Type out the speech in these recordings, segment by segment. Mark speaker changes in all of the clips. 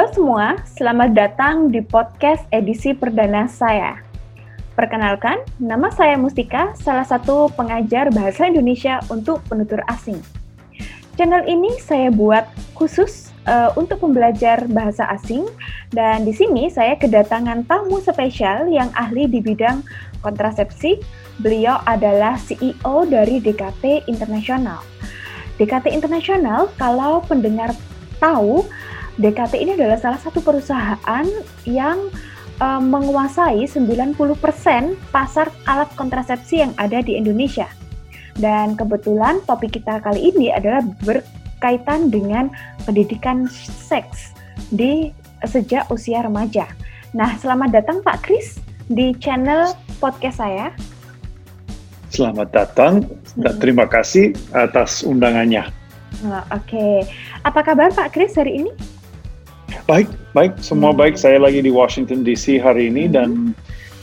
Speaker 1: semua, selamat datang di podcast edisi perdana saya. Perkenalkan, nama saya Mustika, salah satu pengajar bahasa Indonesia untuk penutur asing. Channel ini saya buat khusus untuk pembelajar bahasa asing, dan di sini saya kedatangan tamu spesial yang ahli di bidang kontrasepsi. Beliau adalah CEO dari DKT International. DKT International, kalau pendengar tahu, DKT ini adalah salah satu perusahaan yang menguasai 90% pasar alat kontrasepsi yang ada di Indonesia. Dan kebetulan topik kita kali ini adalah berkaitan dengan pendidikan seks sejak usia remaja. Nah, selamat datang Pak Kris di channel podcast saya.
Speaker 2: Selamat datang dan terima kasih atas undangannya.
Speaker 1: Oke. Apa kabar Pak Kris hari ini?
Speaker 2: Baik, semua baik. Saya lagi di Washington DC hari ini dan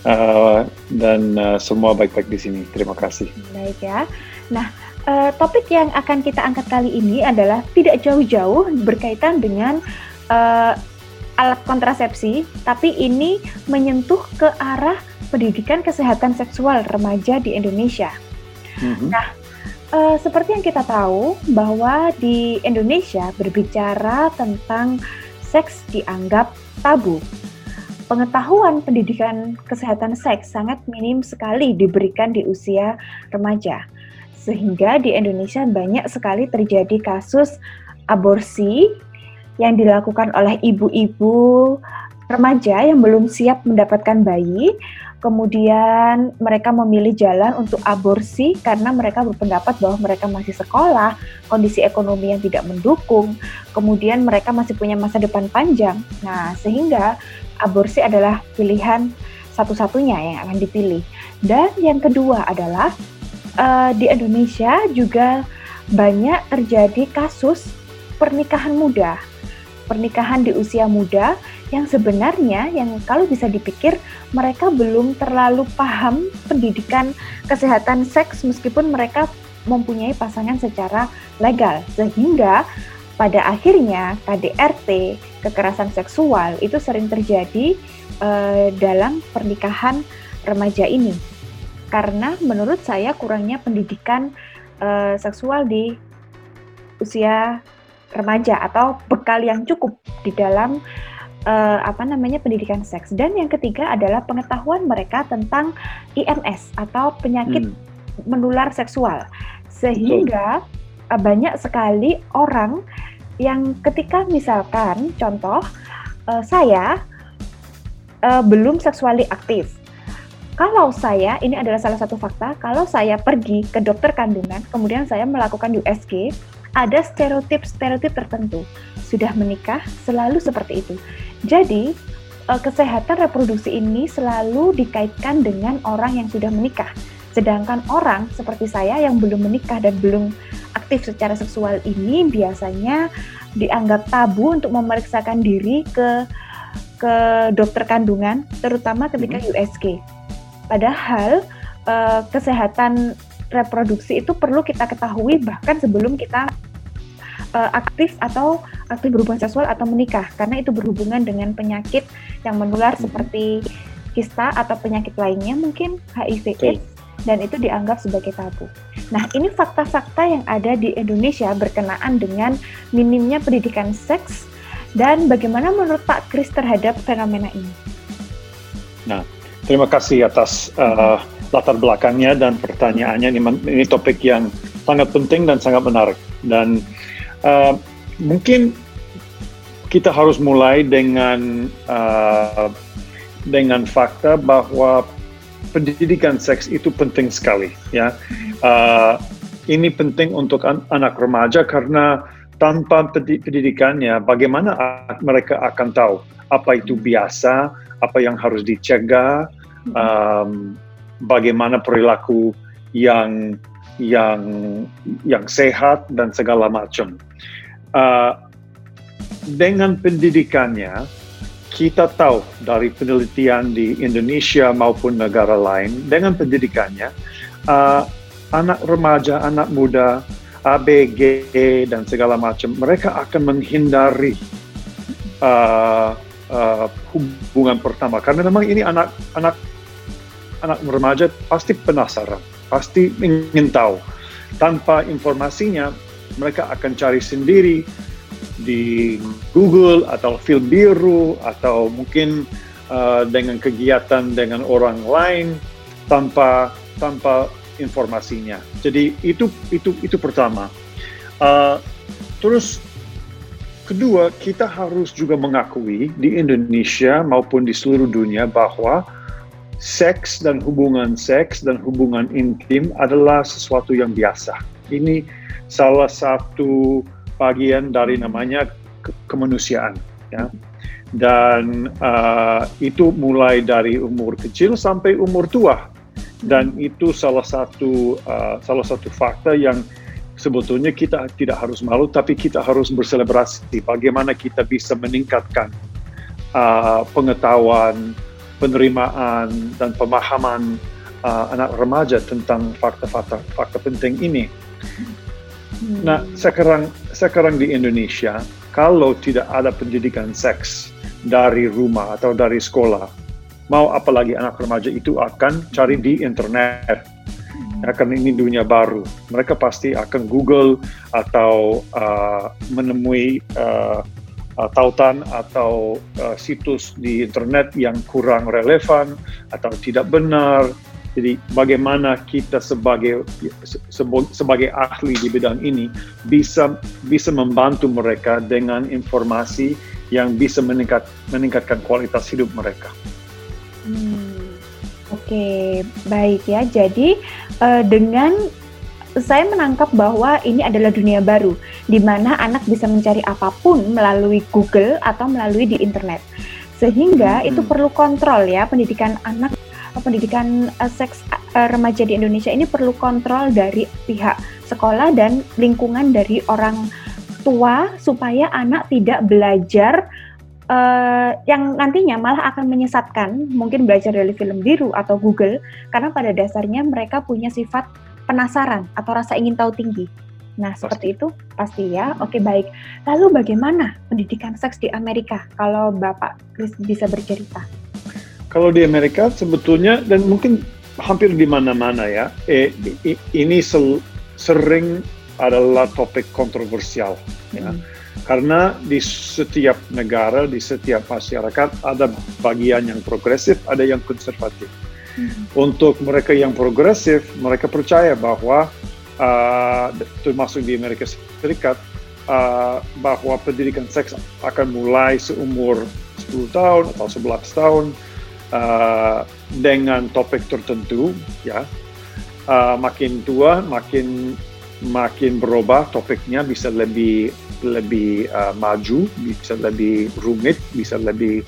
Speaker 2: semua baik-baik di sini. Terima kasih.
Speaker 1: Baik ya. Nah, topik yang akan kita angkat kali ini adalah tidak jauh-jauh berkaitan dengan alat kontrasepsi, tapi ini menyentuh ke arah pendidikan kesehatan seksual remaja di Indonesia. Nah, seperti yang kita tahu bahwa di Indonesia berbicara tentang seks dianggap tabu. Pengetahuan pendidikan kesehatan seks sangat minim sekali diberikan di usia remaja. Sehingga di Indonesia banyak sekali terjadi kasus aborsi yang dilakukan oleh ibu-ibu remaja yang belum siap mendapatkan bayi. Kemudian mereka memilih jalan untuk aborsi karena mereka berpendapat bahwa mereka masih sekolah, kondisi ekonomi yang tidak mendukung, kemudian mereka masih punya masa depan panjang. Nah, sehingga aborsi adalah pilihan satu-satunya yang akan dipilih. Dan yang kedua adalah di Indonesia juga banyak terjadi kasus pernikahan muda. Pernikahan di usia muda yang sebenarnya yang kalau bisa dipikir mereka belum terlalu paham pendidikan kesehatan seks meskipun mereka mempunyai pasangan secara legal, sehingga pada akhirnya KDRT, kekerasan seksual itu sering terjadi dalam pernikahan remaja ini karena menurut saya kurangnya pendidikan seksual di usia remaja atau bekal yang cukup di dalam pendidikan seks. Dan yang ketiga adalah pengetahuan mereka tentang IMS atau penyakit menular seksual. Sehingga banyak sekali orang yang ketika misalkan contoh saya belum seksually aktif. Kalau saya, ini adalah salah satu fakta, kalau saya pergi ke dokter kandungan, kemudian saya melakukan USG, ada stereotip tertentu. Sudah menikah, selalu seperti itu. Jadi, kesehatan reproduksi ini selalu dikaitkan dengan orang yang sudah menikah. Sedangkan orang seperti saya yang belum menikah dan belum aktif secara seksual ini biasanya dianggap tabu untuk memeriksakan diri ke dokter kandungan, terutama ketika USG. Padahal kesehatan reproduksi itu perlu kita ketahui bahkan sebelum kita aktif berhubungan seksual atau menikah, karena itu berhubungan dengan penyakit yang menular seperti kista atau penyakit lainnya, mungkin HIV/AIDS, dan itu dianggap sebagai tabu. Nah, ini fakta-fakta yang ada di Indonesia berkenaan dengan minimnya pendidikan seks, dan bagaimana menurut Pak Kris terhadap fenomena ini?
Speaker 2: Nah, terima kasih atas latar belakangnya dan pertanyaannya. Ini topik yang sangat penting dan sangat menarik. Dan mungkin kita harus mulai dengan fakta bahwa pendidikan seks itu penting sekali. Ya, ini penting untuk anak remaja karena tanpa pendidikannya, bagaimana mereka akan tahu apa itu biasa, apa yang harus dicegah, bagaimana perilaku yang sehat dan segala macam. Dengan pendidikannya, kita tahu dari penelitian di Indonesia maupun negara lain, dengan pendidikannya, anak remaja, anak muda, ABG dan segala macam, mereka akan menghindari uh, hubungan pertama, karena memang ini anak remaja pasti penasaran, pasti ingin tahu. Tanpa informasinya, mereka akan cari sendiri di Google atau film biru atau mungkin dengan kegiatan dengan orang lain tanpa informasinya. Jadi itu pertama. Terus kedua, kita harus juga mengakui di Indonesia maupun di seluruh dunia bahwa seks dan hubungan intim adalah sesuatu yang biasa. Ini salah satu bagian dari namanya kemanusiaan, ya. Dan itu mulai dari umur kecil sampai umur tua, dan itu salah satu fakta yang sebetulnya kita tidak harus malu, tapi kita harus berselebrasi bagaimana kita bisa meningkatkan pengetahuan, penerimaan, dan pemahaman anak remaja tentang fakta penting ini. Nah, sekarang di Indonesia, kalau tidak ada pendidikan seks dari rumah atau dari sekolah, mau apalagi anak remaja itu akan cari di internet. Ya, karena ini dunia baru. Mereka pasti akan Google atau menemui tautan atau situs di internet yang kurang relevan atau tidak benar. Jadi bagaimana kita sebagai ahli di bidang ini bisa membantu mereka dengan informasi yang bisa meningkatkan kualitas hidup mereka.
Speaker 1: Oke, baik ya. Jadi dengan saya menangkap bahwa ini adalah dunia baru, di mana anak bisa mencari apapun melalui Google atau melalui di internet. Sehingga itu perlu kontrol ya, pendidikan seks remaja di Indonesia ini perlu kontrol dari pihak sekolah dan lingkungan dari orang tua, supaya anak tidak belajar yang nantinya malah akan menyesatkan, mungkin belajar dari film biru atau Google, karena pada dasarnya mereka punya sifat penasaran atau rasa ingin tahu tinggi. Nah, seperti itu pasti ya. Oke, baik. Lalu bagaimana pendidikan seks di Amerika? Kalau Bapak Chris bisa bercerita.
Speaker 2: Kalau di Amerika sebetulnya, dan mungkin hampir di mana-mana ya, ini sering adalah topik kontroversial, ya. Karena di setiap negara, di setiap masyarakat ada bagian yang progresif, ada yang konservatif. Untuk mereka yang progresif, mereka percaya bahwa termasuk di Amerika Serikat, bahwa pendidikan seks akan mulai seumur 10 tahun atau 11 tahun dengan topik tertentu, ya. Makin tua, makin berubah topiknya, bisa lebih maju, bisa lebih rumit, bisa lebih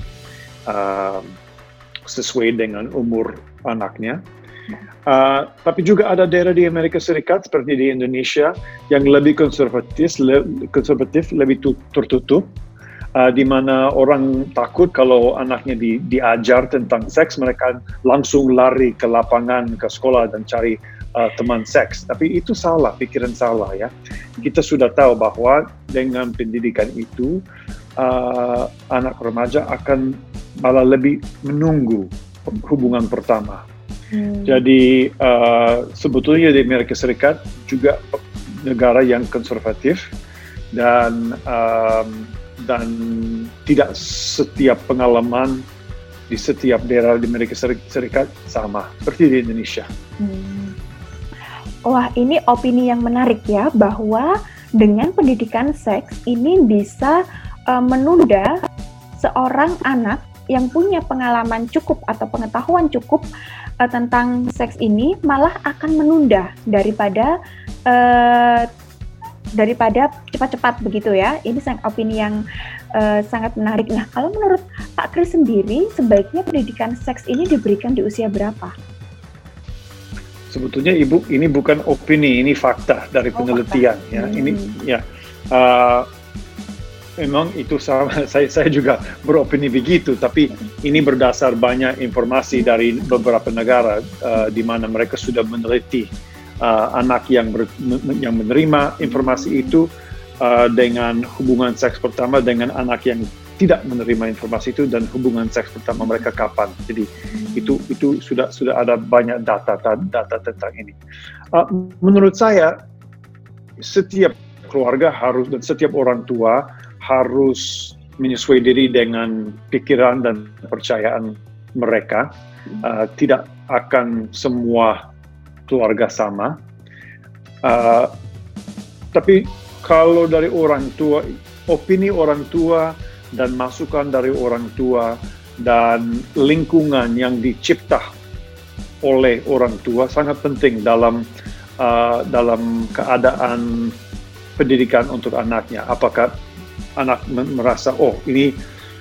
Speaker 2: sesuai dengan umur anaknya. Tapi juga ada daerah di Amerika Serikat seperti di Indonesia yang lebih konservatif, lebih tertutup, di mana orang takut kalau anaknya diajar tentang seks, mereka langsung lari ke lapangan, ke sekolah dan cari teman seks. Tapi itu salah, pikiran salah ya. Kita sudah tahu bahwa dengan pendidikan itu anak remaja akan malah lebih menunggu hubungan pertama. Jadi sebetulnya di Amerika Serikat juga negara yang konservatif, dan tidak setiap pengalaman di setiap daerah di Amerika Serikat sama seperti di Indonesia.
Speaker 1: Wah, ini opini yang menarik ya, bahwa dengan pendidikan seks ini bisa menunda seorang anak yang punya pengalaman cukup atau pengetahuan cukup tentang seks ini, malah akan menunda daripada cepat-cepat begitu ya. Ini opini yang sangat menarik. Nah, kalau menurut Pak Chris sendiri, sebaiknya pendidikan seks ini diberikan di usia berapa?
Speaker 2: Sebetulnya Ibu, ini bukan opini, ini fakta dari penelitian. Ya. Ini ya memang itu sama. Saya juga beropini begitu, tapi ini berdasar banyak informasi dari beberapa negara di mana mereka sudah meneliti anak yang menerima informasi itu dengan hubungan seks pertama dengan anak yang tidak menerima informasi itu dan hubungan seks pertama mereka kapan. Jadi itu sudah ada banyak data tentang ini. Menurut saya setiap keluarga harus dan setiap orang tua harus menyesuaikan diri dengan pikiran dan kepercayaan mereka. Tidak akan semua keluarga sama. Tapi kalau dari orang tua, opini orang tua dan masukan dari orang tua dan lingkungan yang dicipta oleh orang tua sangat penting dalam keadaan pendidikan untuk anaknya. Apakah anak merasa, oh ini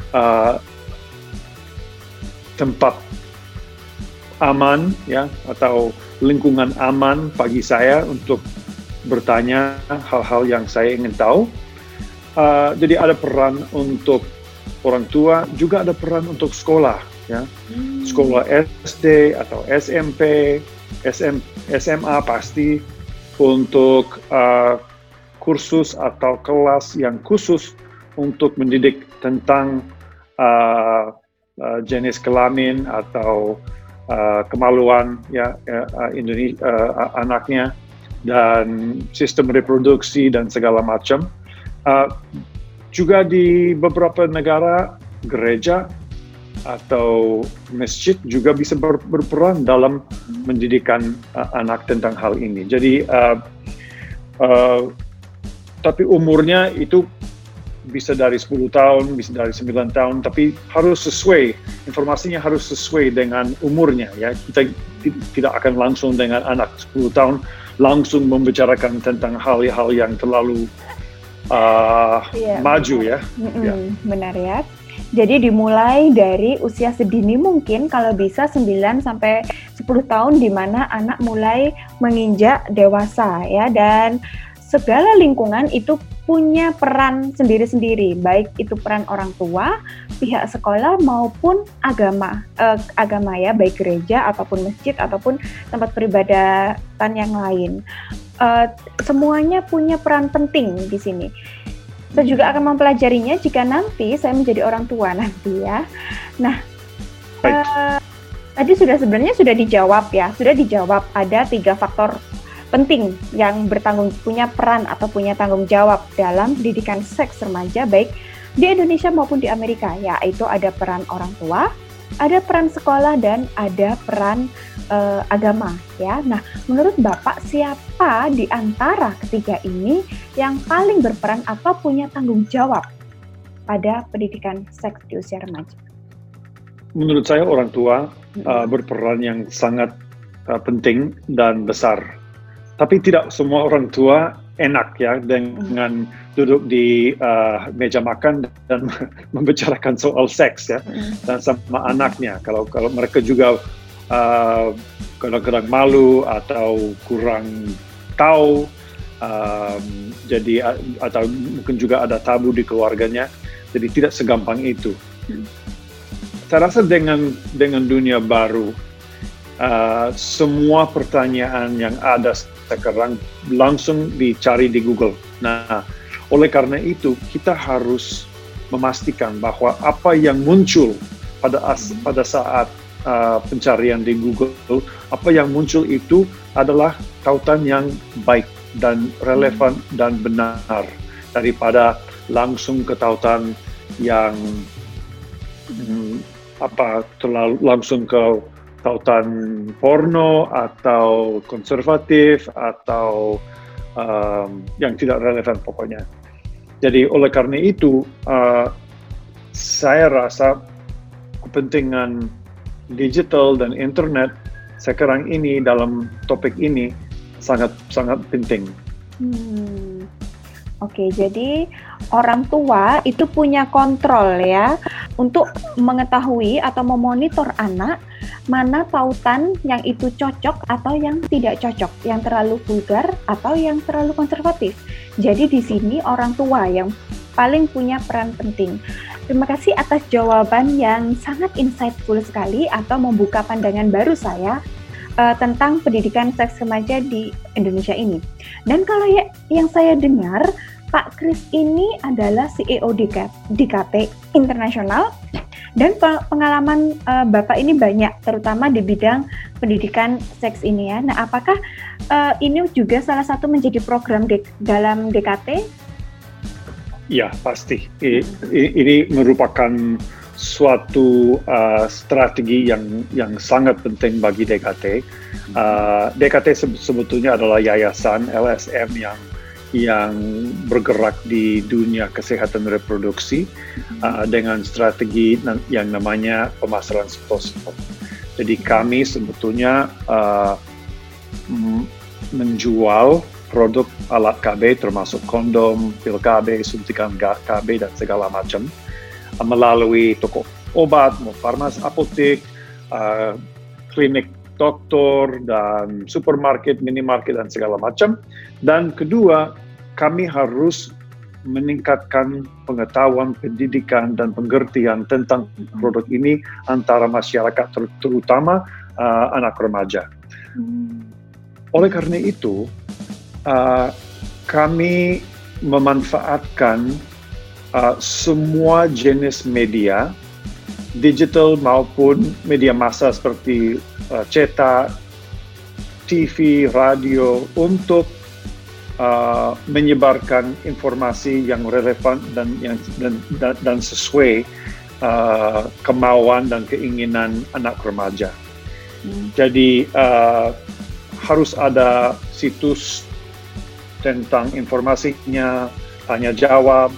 Speaker 2: tempat aman ya, atau lingkungan aman bagi saya untuk bertanya hal-hal yang saya ingin tahu. Jadi ada peran untuk orang tua, juga ada peran untuk sekolah ya. Sekolah SD atau SMP, SMA pasti untuk kursus atau kelas yang khusus untuk mendidik tentang jenis kelamin atau kemaluan ya anaknya dan sistem reproduksi dan segala macam. Juga di beberapa negara gereja atau masjid juga bisa berperan dalam mendidikan anak tentang hal ini. Jadi tapi umurnya itu bisa dari 10 tahun, bisa dari 9 tahun, tapi harus sesuai, informasinya harus sesuai dengan umurnya ya. Kita tidak akan langsung dengan anak 10 tahun langsung membicarakan tentang hal-hal yang terlalu maju ya.
Speaker 1: Benar ya. Jadi dimulai dari usia sedini mungkin, kalau bisa 9 sampai 10 tahun di mana anak mulai menginjak dewasa ya, dan segala lingkungan itu punya peran sendiri-sendiri, baik itu peran orang tua, pihak sekolah maupun agama ya, baik gereja ataupun masjid ataupun tempat peribadatan yang lain. Semuanya punya peran penting di sini. Saya juga akan mempelajarinya jika nanti saya menjadi orang tua nanti ya. Nah, tadi sebenarnya sudah dijawab ya, ada 3 faktor penting yang punya peran atau punya tanggung jawab dalam pendidikan seks remaja baik di Indonesia maupun di Amerika, yaitu ada peran orang tua, ada peran sekolah, dan ada peran agama ya. Nah, menurut Bapak siapa di antara ketiga ini yang paling berperan atau punya tanggung jawab pada pendidikan seks di usia remaja?
Speaker 2: Menurut saya orang tua berperan yang sangat penting dan besar. Tapi tidak semua orang tua enak ya dengan duduk di meja makan dan membicarakan soal seks ya, dan sama anaknya. Kalau mereka juga kadang-kadang malu atau kurang tahu, jadi atau mungkin juga ada tabu di keluarganya, jadi tidak segampang itu. Saya rasa dengan dunia baru, semua pertanyaan yang ada sekarang langsung dicari di Google. Nah, oleh karena itu kita harus memastikan bahwa apa yang muncul pada saat pencarian di Google, apa yang muncul itu adalah tautan yang baik dan relevan dan benar, daripada langsung ke tautan yang terlalu langsung ke tautan porno atau konservatif atau yang tidak relevan pokoknya. Jadi oleh karena itu saya rasa kepentingan digital dan internet sekarang ini dalam topik ini sangat penting.
Speaker 1: Oke, jadi orang tua itu punya kontrol ya untuk mengetahui atau memonitor anak mana tautan yang itu cocok atau yang tidak cocok, yang terlalu vulgar atau yang terlalu konservatif. Jadi di sini orang tua yang paling punya peran penting. Terima kasih atas jawaban yang sangat insightful sekali atau membuka pandangan baru saya tentang pendidikan seks remaja di Indonesia ini. Dan kalau yang saya dengar, Pak Kris ini adalah CEO DKT Internasional dan pengalaman Bapak ini banyak, terutama di bidang pendidikan seks ini ya. Nah, apakah ini juga salah satu menjadi program dalam DKT?
Speaker 2: Ya, pasti. Ini merupakan suatu strategi yang sangat penting bagi DKT. DKT sebetulnya adalah yayasan LSM yang bergerak di dunia kesehatan reproduksi dengan strategi yang namanya pemasaran sosial. Jadi kami sebetulnya menjual produk alat KB termasuk kondom, pil KB, suntikan KB dan segala macam melalui toko obat, farmasi, apotek, klinik dokter dan supermarket, minimarket dan segala macam. Dan kedua, kami harus meningkatkan pengetahuan, pendidikan dan pengertian tentang produk ini antara masyarakat, terutama anak remaja. Oleh karena itu, kami memanfaatkan semua jenis media, digital maupun media massa seperti cetak, TV, radio untuk menyebarkan informasi yang relevan dan sesuai kemauan dan keinginan anak remaja. Jadi harus ada situs tentang informasinya, tanya jawab,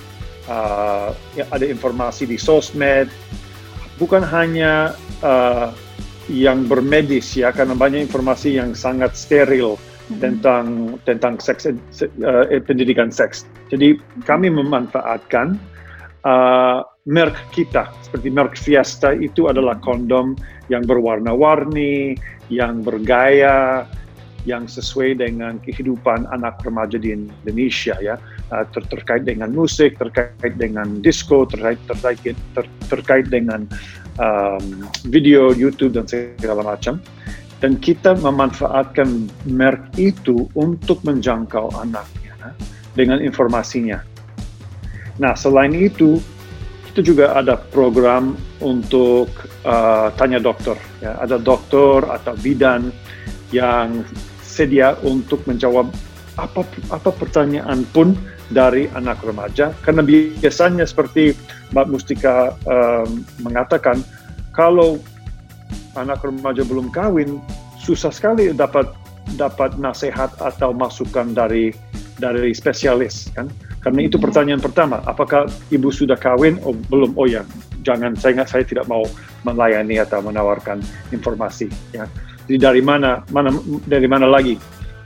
Speaker 2: ada informasi di sosmed, bukan hanya yang bermedis ya, karena banyak informasi yang sangat steril tentang seks, pendidikan seks. Jadi kami memanfaatkan merek kita, seperti merek Fiesta itu adalah kondom yang berwarna-warni, yang bergaya, yang sesuai dengan kehidupan anak remaja di Indonesia ya, terkait dengan musik, terkait dengan disco, terkait dengan video YouTube dan segala macam. Dan kita memanfaatkan merek itu untuk menjangkau anaknya dengan informasinya. Nah, selain itu, kita juga ada program untuk tanya dokter. Ya. Ada dokter atau bidan yang sedia untuk menjawab apa pertanyaan pun dari anak remaja. Karena biasanya seperti Mbak Mustika mengatakan, kalau anak remaja belum kawin, susah sekali dapat nasihat atau masukan dari spesialis kan. Karena itu pertanyaan pertama, apakah ibu sudah kawin? Oh, belum. Oh ya, jangan, saya tidak mau melayani atau menawarkan informasi ya. Jadi dari mana lagi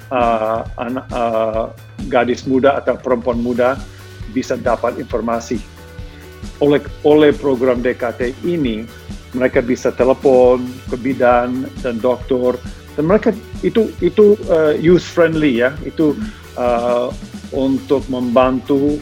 Speaker 2: gadis muda atau perempuan muda bisa dapat informasi? Oleh program DKT ini, mereka bisa telepon ke bidan dan dokter, dan mereka itu youth friendly ya, itu untuk membantu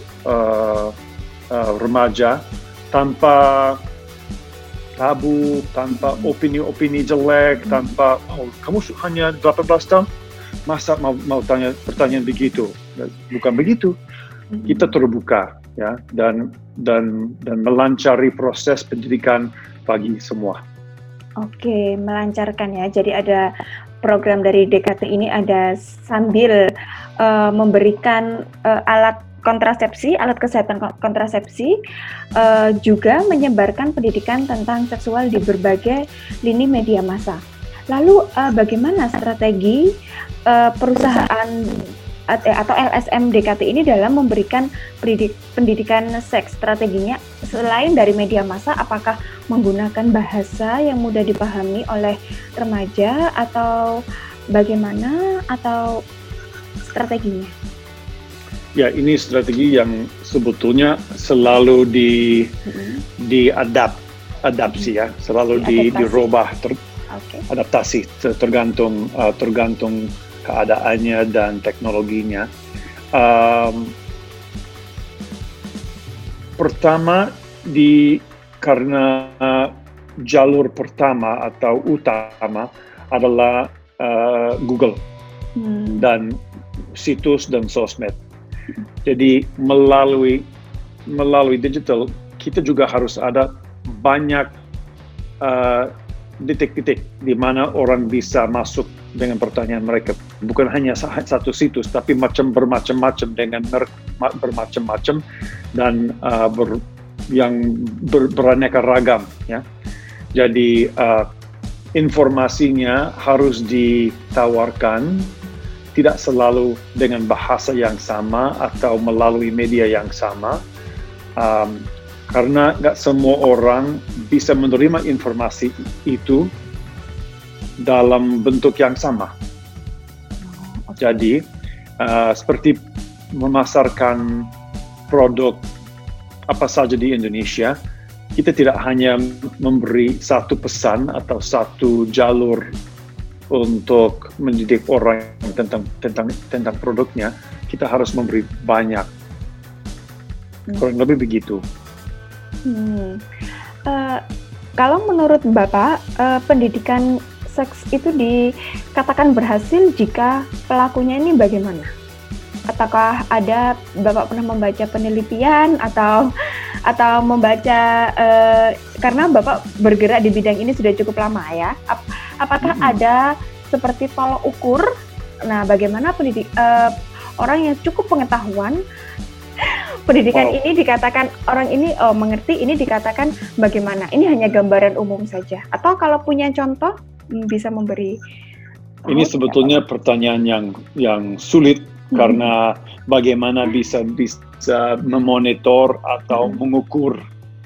Speaker 2: remaja tanpa tabu, tanpa opini-opini jelek, tanpa kamu hanya 18 tahun, masa mau tanya pertanyaan begitu? Bukan begitu. Kita terbuka ya, dan melancari proses pendidikan bagi semua.
Speaker 1: Oke, melancarkan ya. Jadi ada program dari DKT ini ada sambil memberikan alat kontrasepsi, alat kesehatan kontrasepsi, juga menyebarkan pendidikan tentang seksual di berbagai lini media massa. Lalu bagaimana strategi perusahaan atau LSM DKT ini dalam memberikan pendidikan seks? Strateginya selain dari media massa, apakah menggunakan bahasa yang mudah dipahami oleh remaja atau bagaimana, atau strateginya?
Speaker 2: Ya, ini strategi yang sebetulnya selalu diadaptasi ya, selalu dirubah, adaptasi tergantung keadaannya dan teknologinya. Pertama, karena jalur pertama atau utama adalah Google dan situs dan sosmed. Jadi melalui digital kita juga harus ada banyak titik-titik di mana orang bisa masuk dengan pertanyaan mereka. Bukan hanya satu situs, tapi bermacam-macam dengan bermacam-macam dan yang beraneka ragam. Ya. Jadi informasinya harus ditawarkan tidak selalu dengan bahasa yang sama atau melalui media yang sama. Karena nggak semua orang bisa menerima informasi itu dalam bentuk yang sama. Jadi, seperti memasarkan produk apa saja di Indonesia, kita tidak hanya memberi satu pesan atau satu jalur untuk mendidik orang tentang produknya, kita harus memberi banyak. Kurang lebih begitu.
Speaker 1: Kalau menurut Bapak, pendidikan seks itu dikatakan berhasil jika pelakunya ini bagaimana? Ataukah ada Bapak pernah membaca penelitian atau membaca karena Bapak bergerak di bidang ini sudah cukup lama ya? Apakah ada seperti tolok ukur? Nah, bagaimana orang yang cukup pengetahuan pendidikan ini dikatakan orang ini mengerti, ini dikatakan bagaimana? Ini hanya gambaran umum saja. Atau kalau punya contoh bisa memberi.
Speaker 2: Ini sebetulnya pertanyaan yang sulit karena bagaimana bisa memonitor atau mengukur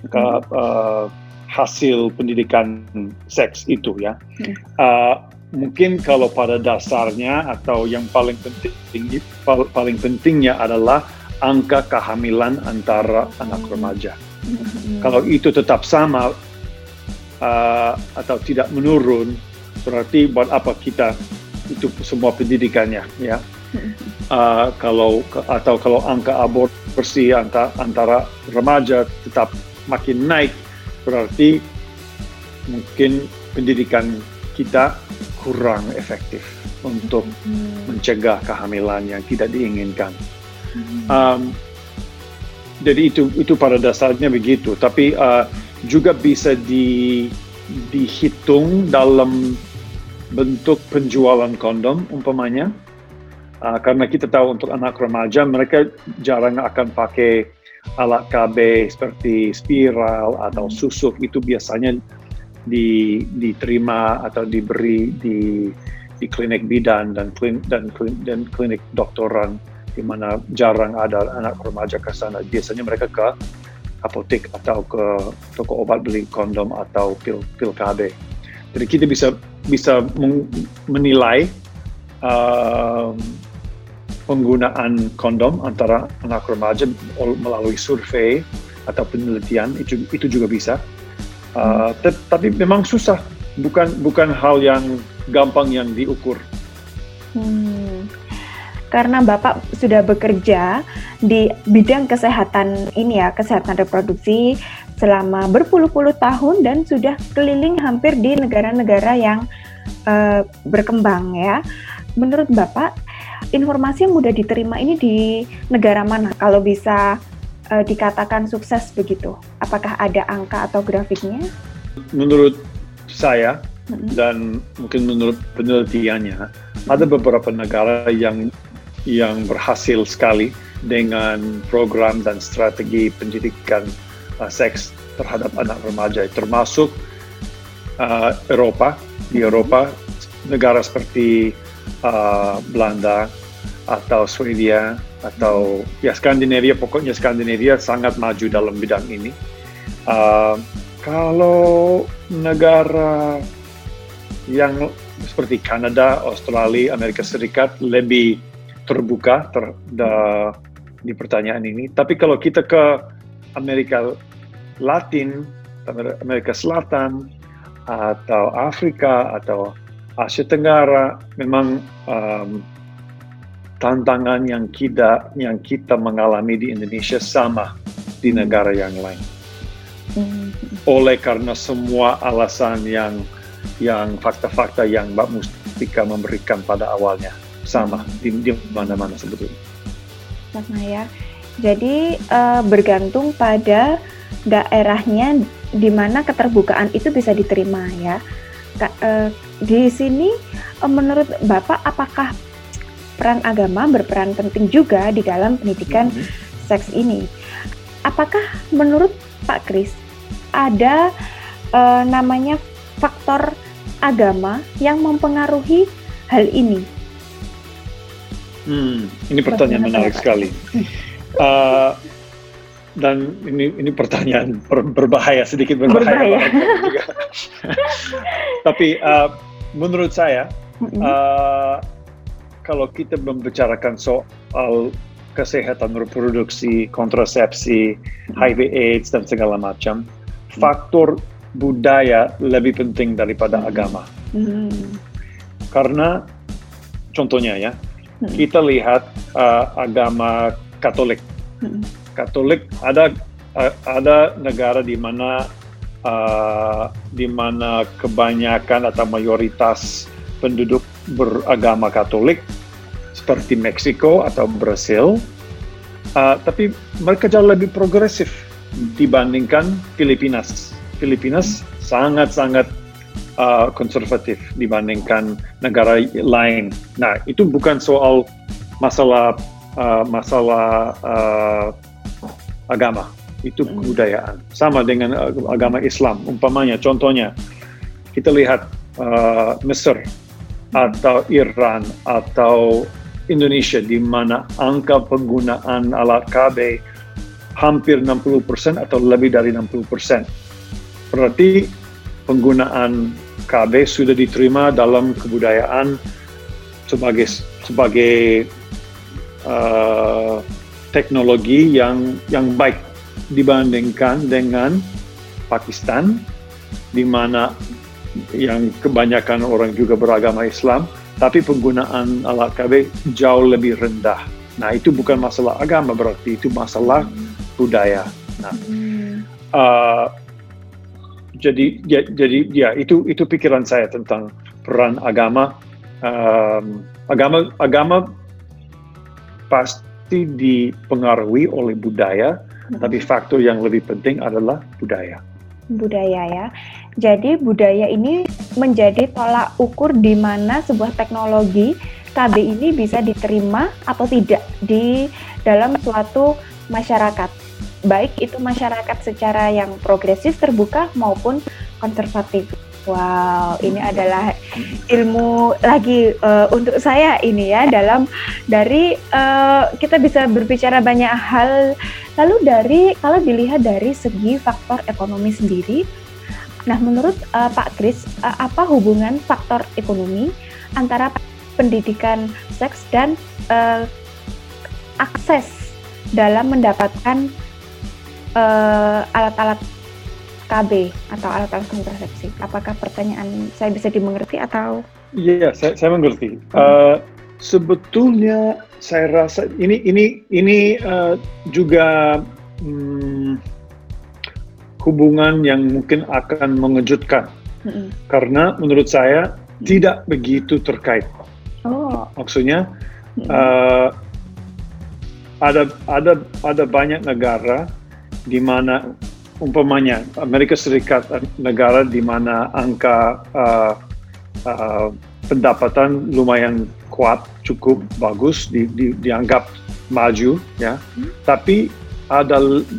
Speaker 2: hasil pendidikan seks itu ya. Mungkin kalau pada dasarnya atau yang paling pentingnya adalah angka kehamilan antara anak remaja. Kalau itu tetap sama atau tidak menurun, berarti buat apa kita itu semua pendidikannya, ya? Kalau angka aborsi antara remaja tetap makin naik, berarti mungkin pendidikan kita kurang efektif untuk mencegah kehamilan yang tidak diinginkan. Jadi itu pada dasarnya begitu, tapi juga bisa dihitung dalam bentuk penjualan kondom umpamanya, karena kita tahu untuk anak remaja mereka jarang akan pakai alat KB seperti spiral atau susuk, itu biasanya diterima atau diberi di klinik bidan dan klinik dokteran, di mana jarang ada anak remaja ke sana. Biasanya mereka ke apotek atau ke toko obat beli kondom atau pil KB. Jadi kita bisa menilai penggunaan kondom antara anak remaja melalui survei atau penelitian, itu juga bisa. Tapi memang susah, bukan hal yang gampang yang diukur.
Speaker 1: Karena Bapak sudah bekerja di bidang kesehatan ini ya, kesehatan reproduksi selama berpuluh-puluh tahun dan sudah keliling hampir di negara-negara yang berkembang ya. Menurut Bapak, informasi yang mudah diterima ini di negara mana kalau bisa dikatakan sukses begitu? Apakah ada angka atau grafiknya?
Speaker 2: Menurut saya dan mungkin menurut penelitiannya, ada beberapa negara yang berhasil sekali dengan program dan strategi pendidikan seks terhadap anak remaja, termasuk Eropa. Di Eropa, negara seperti Belanda atau Swedia atau ya Skandinavia, pokoknya Skandinavia sangat maju dalam bidang ini. Kalau negara yang seperti Kanada, Australia, Amerika Serikat lebih terbuka di pertanyaan ini. Tapi kalau kita ke Amerika Latin, Amerika Selatan, atau Afrika, atau Asia Tenggara, memang tantangan yang kita mengalami di Indonesia sama di negara yang lain. Oleh karena semua alasan yang fakta-fakta yang Mbak Mustika memberikan pada awalnya sama di mana-mana sebetulnya.
Speaker 1: sama ya. Jadi bergantung pada daerahnya di mana keterbukaan itu bisa diterima ya. Di sini menurut Bapak apakah peran agama berperan penting juga di dalam pendidikan seks ini? Apakah menurut Pak Kris ada namanya faktor agama yang mempengaruhi hal ini?
Speaker 2: Ini pertanyaan menarik sekali. Dan ini pertanyaan berbahaya, sedikit berbahaya. Juga. Tapi menurut saya, kalau kita membicarakan soal kesehatan reproduksi, kontrasepsi, HIV/AIDS dan segala macam, faktor budaya lebih penting daripada agama. Karena contohnya ya, kita lihat agama Katolik. Katolik ada negara di mana kebanyakan atau mayoritas penduduk beragama Katolik seperti Meksiko atau Brasil, tapi mereka jauh lebih progresif dibandingkan Filipinas. Filipinas sangat-sangat konservatif dibandingkan negara lain. Nah, itu bukan soal masalah agama, itu kebudayaan. Sama dengan agama Islam. Umpamanya, contohnya, kita lihat Mesir atau Iran atau Indonesia, di mana angka penggunaan alat KB hampir 60% atau lebih dari 60%. Berarti penggunaan KB sudah diterima dalam kebudayaan sebagai teknologi yang baik dibandingkan dengan Pakistan, di mana yang kebanyakan orang juga beragama Islam, tapi penggunaan alat KB jauh lebih rendah. Nah, itu bukan masalah agama, berarti itu masalah budaya. Nah, jadi itu pikiran saya tentang peran agama. Agama pasti dipengaruhi oleh budaya, tapi faktor yang lebih penting adalah budaya.
Speaker 1: Budaya ya. Jadi budaya ini menjadi tolak ukur di mana sebuah teknologi KB ini bisa diterima atau tidak di dalam suatu masyarakat. Baik itu masyarakat secara yang progresif, terbuka maupun konservatif. Wow, ini adalah ilmu lagi untuk saya ini ya, dari kita bisa berbicara banyak hal. Lalu kalau dilihat dari segi faktor ekonomi sendiri, nah menurut Pak Kris, apa hubungan faktor ekonomi antara pendidikan seks dan akses dalam mendapatkan alat-alat KB atau alat-alat kontrasepsi? Apakah pertanyaan saya bisa dimengerti atau?
Speaker 2: Iya, saya mengerti. Sebetulnya saya rasa ini juga hubungan yang mungkin akan mengejutkan, karena menurut saya tidak begitu terkait. Maksudnya ada banyak negara di mana umpamanya Amerika Serikat, negara di mana angka pendapatan lumayan kuat, cukup bagus, dianggap maju, ya. Tapi ada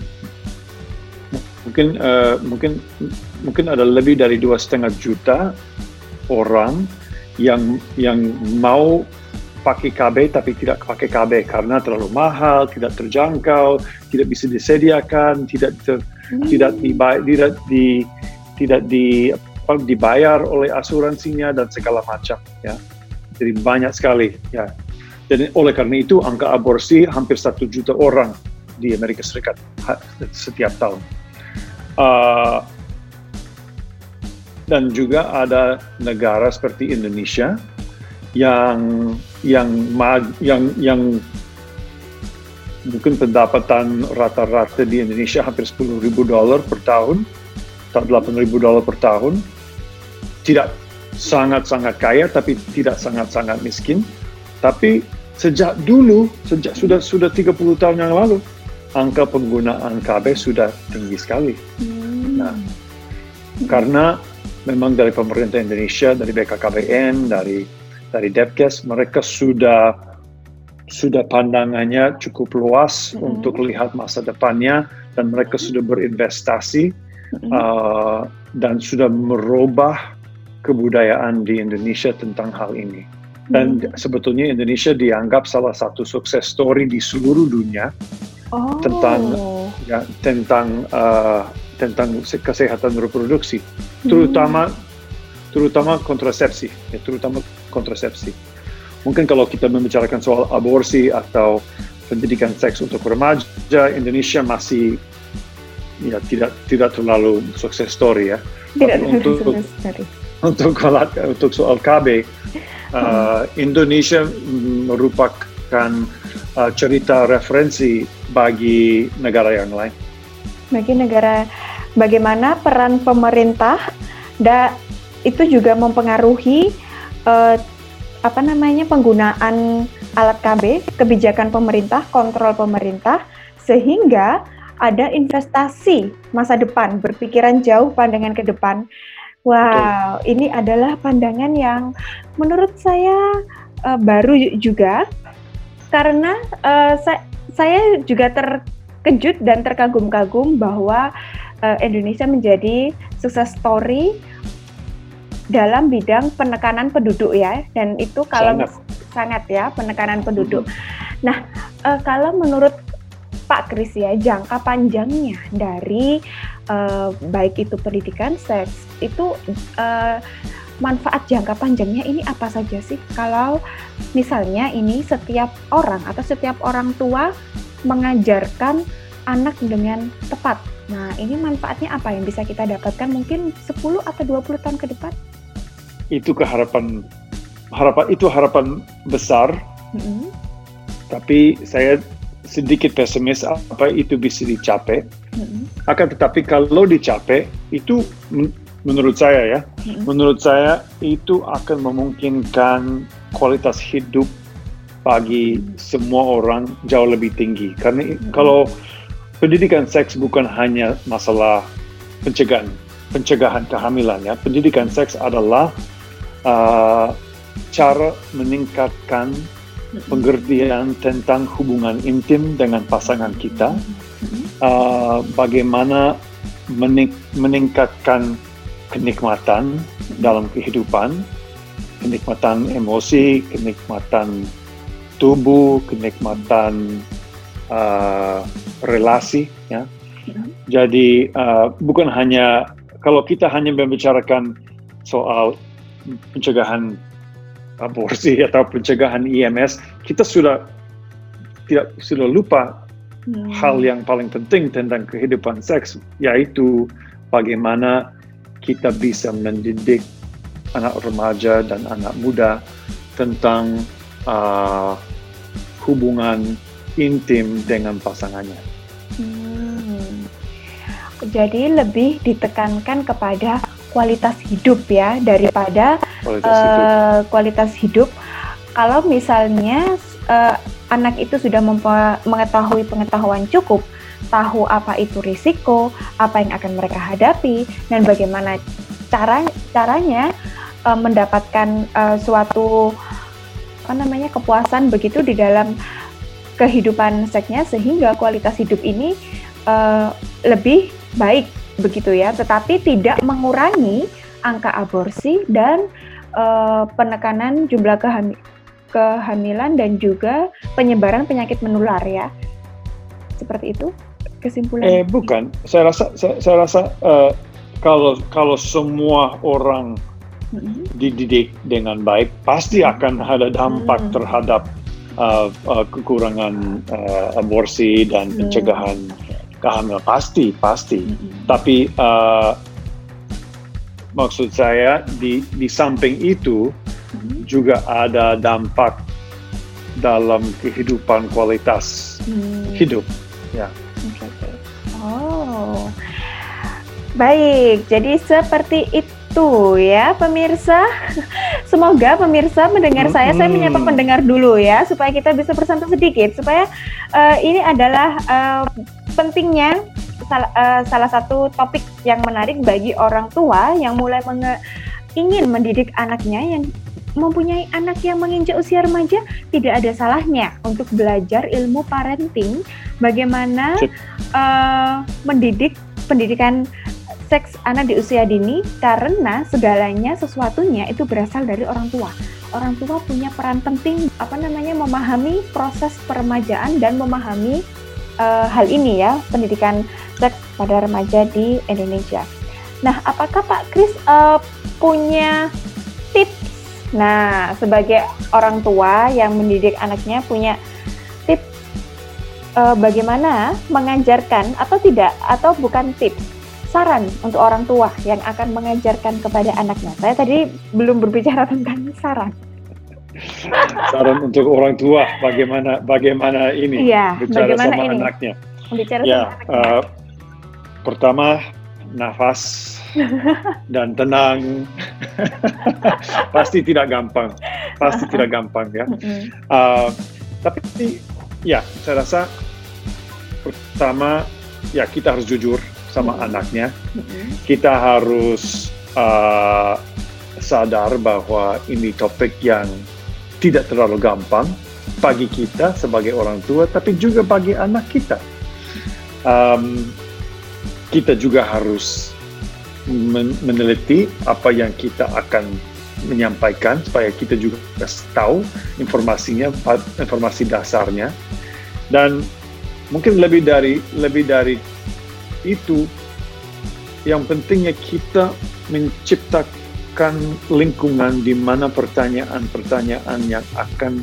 Speaker 2: mungkin ada lebih dari 2,5 juta orang yang mau pakai KB tapi tidak pakai KB karena terlalu mahal, tidak terjangkau, tidak bisa disediakan, tidak dibayar oleh asuransinya dan segala macam, ya. Jadi banyak sekali, ya. Dan oleh karena itu angka aborsi hampir 1 juta orang di Amerika Serikat setiap tahun. Dan juga ada negara seperti Indonesia yang mungkin pendapatan rata-rata di Indonesia hampir $10,000 per tahun atau $8,000 per tahun. Tidak sangat-sangat kaya, tapi tidak sangat-sangat miskin. Tapi sejak sudah 30 tahun yang lalu, angka penggunaan KB sudah tinggi sekali. Nah, karena memang dari pemerintah Indonesia, dari BKKBN, dari Depkes, mereka sudah pandangannya cukup luas untuk lihat masa depannya, dan mereka sudah berinvestasi dan sudah merubah kebudayaan di Indonesia tentang hal ini. Dan sebetulnya Indonesia dianggap salah satu sukses story di seluruh dunia tentang kesehatan reproduksi, terutama kontrasepsi, Mungkin kalau kita membicarakan soal aborsi atau pendidikan seks untuk remaja, Indonesia masih tidak terlalu sukses story ya. Untuk soal KB, Indonesia merupakan cerita referensi bagi negara yang lain.
Speaker 1: Bagaimana peran pemerintah itu juga mempengaruhi penggunaan alat KB, kebijakan pemerintah, kontrol pemerintah, sehingga ada investasi masa depan, berpikiran jauh, pandangan ke depan. Wow, ini adalah pandangan yang menurut saya baru juga, karena saya juga terkejut dan terkagum-kagum bahwa Indonesia menjadi sukses story dalam bidang penekanan penduduk ya, dan itu kalau sangat ya, penekanan penduduk. Nah, kalau menurut Pak Kris ya, jangka panjangnya dari baik itu pendidikan seks itu manfaat jangka panjangnya ini apa saja sih? Kalau misalnya ini setiap orang atau setiap orang tua mengajarkan anak dengan tepat. Nah, ini manfaatnya apa yang bisa kita dapatkan mungkin 10 atau 20 tahun ke depan?
Speaker 2: Itu harapan besar. Tapi saya sedikit pesimis apa itu bisa dicapai. Akan tetapi kalau dicapai, itu menurut saya itu akan memungkinkan kualitas hidup bagi semua orang jauh lebih tinggi. Karena kalau pendidikan seks bukan hanya masalah pencegahan kehamilan ya, pendidikan seks adalah cara meningkatkan pengertian tentang hubungan intim dengan pasangan kita, bagaimana meningkatkan kenikmatan dalam kehidupan, kenikmatan emosi, kenikmatan tubuh, kenikmatan relasi ya. Jadi bukan hanya, kalau kita hanya membicarakan soal pencegahan aborsi atau pencegahan IMS, kita sudah lupa hal yang paling penting tentang kehidupan seks, yaitu bagaimana kita bisa mendidik anak remaja dan anak muda tentang hubungan intim dengan pasangannya.
Speaker 1: Jadi lebih ditekankan kepada kualitas hidup ya, daripada kualitas hidup. Kalau misalnya anak itu sudah mengetahui pengetahuan cukup, tahu apa itu risiko, apa yang akan mereka hadapi, dan bagaimana caranya mendapatkan suatu kepuasan begitu di dalam kehidupan seksnya, sehingga kualitas hidup ini lebih baik begitu ya, tetapi tidak mengurangi angka aborsi dan penekanan jumlah kehamilan dan juga penyebaran penyakit menular ya. Seperti itu kesimpulan.
Speaker 2: Bukan, saya rasa kalau semua orang dididik dengan baik, pasti akan ada dampak terhadap kekurangan aborsi dan pencegahan kehamilan, pasti. Tapi maksud saya di samping itu juga ada dampak dalam kehidupan kualitas hidup. Ya.
Speaker 1: Oh, baik. Jadi seperti itu Tuh ya pemirsa, semoga pemirsa mendengar saya menyapa pendengar dulu ya, supaya kita bisa bersantai sedikit, supaya ini adalah pentingnya salah satu topik yang menarik bagi orang tua yang mulai ingin mendidik anaknya, yang mempunyai anak yang menginjak usia remaja. Tidak ada salahnya untuk belajar ilmu parenting, bagaimana mendidik pendidikan seks anak di usia dini, karena segalanya sesuatunya itu berasal dari orang tua. Orang tua punya peran penting memahami proses peremajaan dan memahami hal ini ya, pendidikan seks pada remaja di Indonesia. Nah, apakah Pak Kris punya tips? Nah, sebagai orang tua yang mendidik anaknya, punya tips bagaimana mengajarkan atau bukan tips, saran untuk orang tua yang akan mengajarkan kepada anaknya. Saya tadi belum berbicara tentang saran.
Speaker 2: Saran untuk orang tua, bagaimana ini bicara
Speaker 1: bagaimana
Speaker 2: sama
Speaker 1: ini?
Speaker 2: Anaknya.
Speaker 1: Bicara sama anaknya.
Speaker 2: Pertama, nafas dan tenang. Pasti tidak gampang ya. Tapi ya, saya rasa pertama ya kita harus jujur sama anaknya. Kita harus sadar bahwa ini topik yang tidak terlalu gampang bagi kita sebagai orang tua, tapi juga bagi anak kita. Kita juga harus meneliti apa yang kita akan menyampaikan, supaya kita juga tahu informasi dasarnya. Dan mungkin lebih dari itu, yang pentingnya kita menciptakan lingkungan di mana pertanyaan-pertanyaan yang akan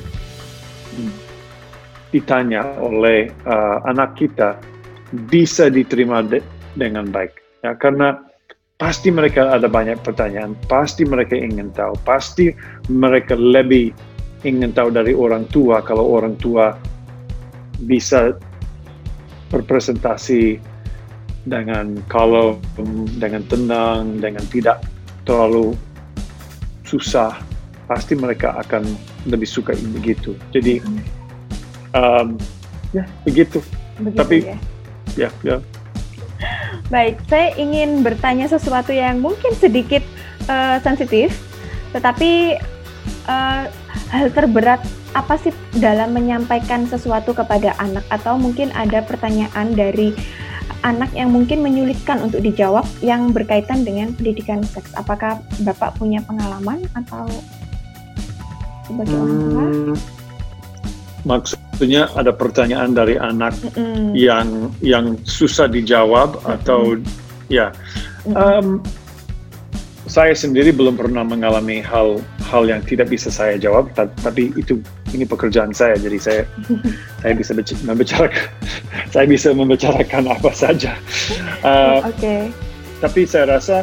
Speaker 2: ditanya oleh anak kita bisa diterima dengan baik. Ya, karena pasti mereka ada banyak pertanyaan, pasti mereka ingin tahu, pasti mereka lebih ingin tahu dari orang tua kalau orang tua bisa berpresentasi dengan kalem, dengan tenang, dengan tidak terlalu susah. Pasti mereka akan lebih suka begitu. Jadi begitu. Tapi ya.
Speaker 1: Baik, saya ingin bertanya sesuatu yang mungkin sedikit sensitif, tetapi hal terberat apa sih dalam menyampaikan sesuatu kepada anak, atau mungkin ada pertanyaan dari anak yang mungkin menyulitkan untuk dijawab yang berkaitan dengan pendidikan seks? Apakah Bapak punya pengalaman atau sebagai orang tua?
Speaker 2: Maksudnya ada pertanyaan dari anak yang susah dijawab atau ya. Saya sendiri belum pernah mengalami hal yang tidak bisa saya jawab, tapi ini pekerjaan saya, jadi saya bisa membicarakan apa saja. Tapi saya rasa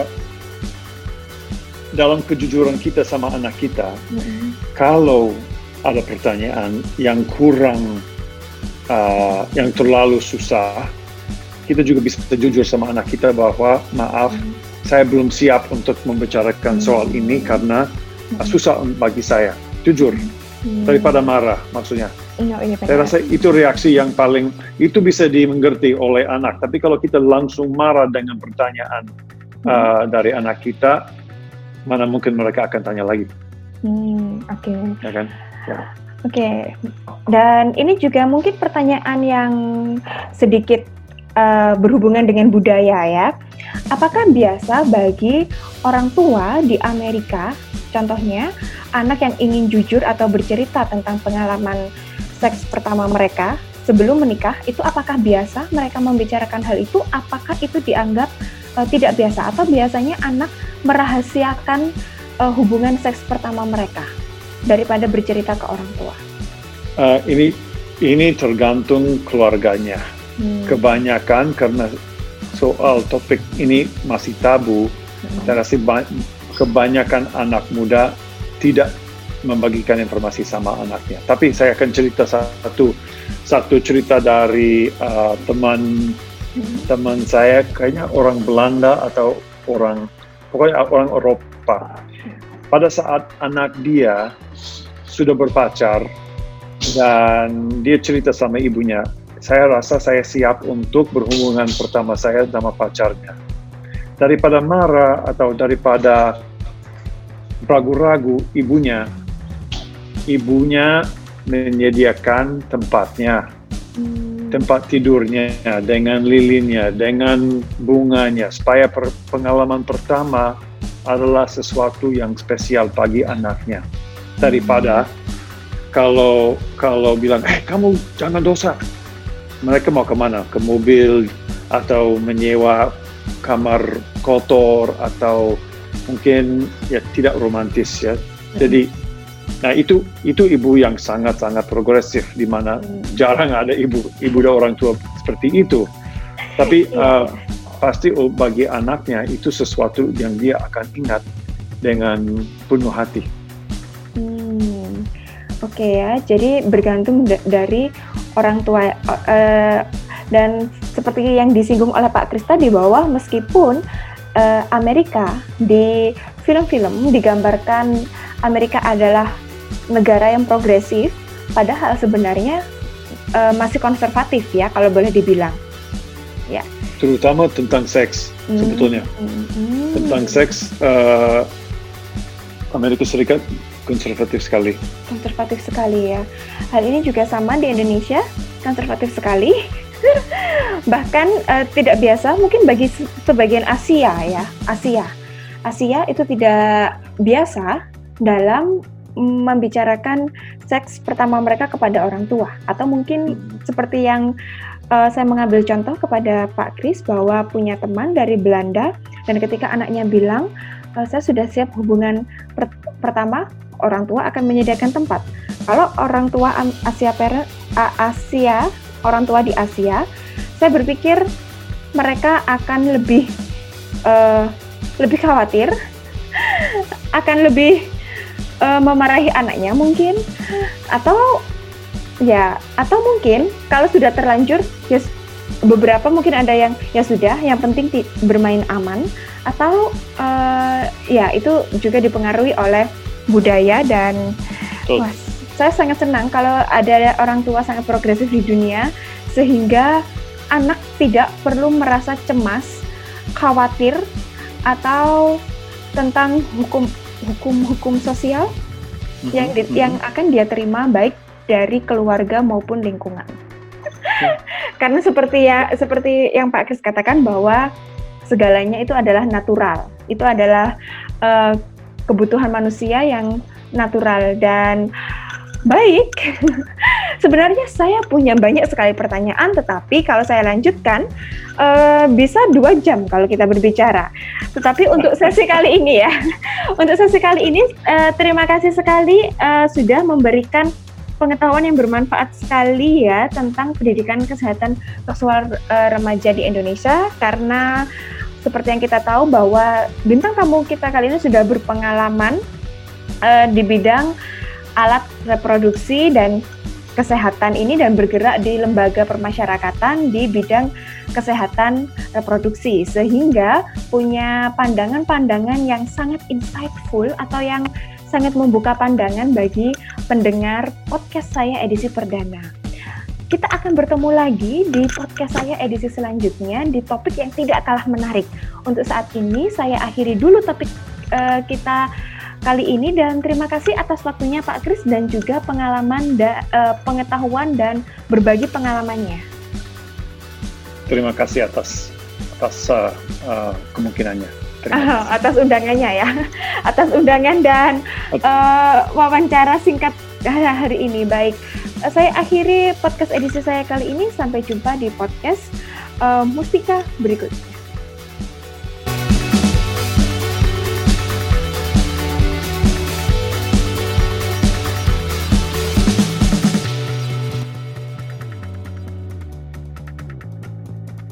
Speaker 2: dalam kejujuran kita sama anak kita, kalau ada pertanyaan yang kurang, yang terlalu susah, kita juga bisa jujur sama anak kita bahwa maaf, saya belum siap untuk membicarakan soal ini karena susah bagi saya. Jujur, daripada marah maksudnya. Saya rasa itu reaksi yang paling, itu bisa dimengerti oleh anak. Tapi kalau kita langsung marah dengan pertanyaan dari anak kita, mana mungkin mereka akan tanya lagi. Ya kan? Ya. Dan ini juga mungkin pertanyaan yang sedikit berhubungan dengan budaya ya. Apakah biasa bagi orang tua di Amerika, contohnya anak yang ingin jujur atau bercerita tentang pengalaman seks pertama mereka sebelum menikah, itu apakah biasa mereka membicarakan hal itu? Apakah itu dianggap tidak biasa, atau biasanya anak merahasiakan hubungan seks pertama mereka daripada bercerita ke orang tua? Ini tergantung keluarganya. Kebanyakan karena soal topik ini masih tabu, saya rasa kebanyakan anak muda tidak membagikan informasi sama anaknya. Tapi saya akan cerita satu cerita dari teman saya, kayaknya orang Belanda atau orang pokoknya orang Eropa. Pada saat anak dia sudah berpacar dan dia cerita sama ibunya, saya rasa saya siap untuk berhubungan pertama saya sama pacarnya. Daripada marah atau daripada ragu-ragu ibunya menyediakan tempatnya, tempat tidurnya, dengan lilinnya, dengan bunganya, supaya pengalaman pertama adalah sesuatu yang spesial bagi anaknya. Daripada kalau bilang, kamu jangan dosa. Mereka mau kemana? Ke mobil atau menyewa kamar kotor atau mungkin ya tidak romantis ya. Jadi, nah itu ibu yang sangat-sangat progresif, di mana jarang ada ibu dan orang tua seperti itu. Tapi pasti bagi anaknya itu sesuatu yang dia akan ingat dengan penuh hati.
Speaker 1: Oke ya, jadi bergantung dari orang tua dan seperti yang disinggung oleh Pak Kris tadi, bahwa meskipun Amerika di film-film digambarkan Amerika adalah negara yang progresif, padahal sebenarnya masih konservatif ya kalau boleh dibilang. Ya.
Speaker 2: Terutama tentang seks sebetulnya. Tentang seks Amerika Serikat konservatif sekali. Konservatif sekali
Speaker 1: ya. Hal ini juga sama di Indonesia, konservatif sekali. Bahkan tidak biasa mungkin bagi sebagian Asia ya. Asia itu tidak biasa dalam membicarakan seks pertama mereka kepada orang tua, atau mungkin seperti yang saya mengambil contoh kepada Pak Kris, bahwa punya teman dari Belanda dan ketika anaknya bilang saya sudah siap hubungan pertama, orang tua akan menyediakan tempat. Kalau orang tua orang tua di Asia, saya berpikir mereka akan lebih khawatir, akan lebih memarahi anaknya mungkin, atau mungkin kalau sudah terlanjur, ya beberapa mungkin ada yang ya sudah, yang penting bermain aman, atau ya itu juga dipengaruhi oleh budaya. Dan wah, saya sangat senang kalau ada orang tua sangat progresif di dunia, sehingga anak tidak perlu merasa cemas, khawatir, atau tentang hukum sosial yang akan dia terima baik dari keluarga maupun lingkungan. Karena seperti yang Pak Kris katakan, bahwa segalanya itu adalah natural, itu adalah kebutuhan manusia yang natural dan baik. Sebenarnya saya punya banyak sekali pertanyaan, tetapi kalau saya lanjutkan bisa 2 jam kalau kita berbicara. Tetapi untuk sesi kali ini terima kasih sekali sudah memberikan pengetahuan yang bermanfaat sekali ya tentang pendidikan kesehatan seksual remaja di Indonesia, karena seperti yang kita tahu bahwa bintang tamu kita kali ini sudah berpengalaman di bidang alat reproduksi dan kesehatan ini, dan bergerak di lembaga permasyarakatan di bidang kesehatan reproduksi, sehingga punya pandangan-pandangan yang sangat insightful atau yang sangat membuka pandangan bagi pendengar podcast saya edisi perdana. Kita akan bertemu lagi di podcast saya edisi selanjutnya di topik yang tidak kalah menarik. Untuk saat ini saya akhiri dulu topik kita kali ini, dan terima kasih atas waktunya Pak Kris dan juga pengalaman pengetahuan dan berbagi pengalamannya.
Speaker 2: Terima kasih atas kemungkinannya.
Speaker 1: Atas undangannya ya, atas undangan dan wawancara singkat hari ini. Baik, saya akhiri podcast edisi saya kali ini. Sampai jumpa di podcast Mustika berikutnya.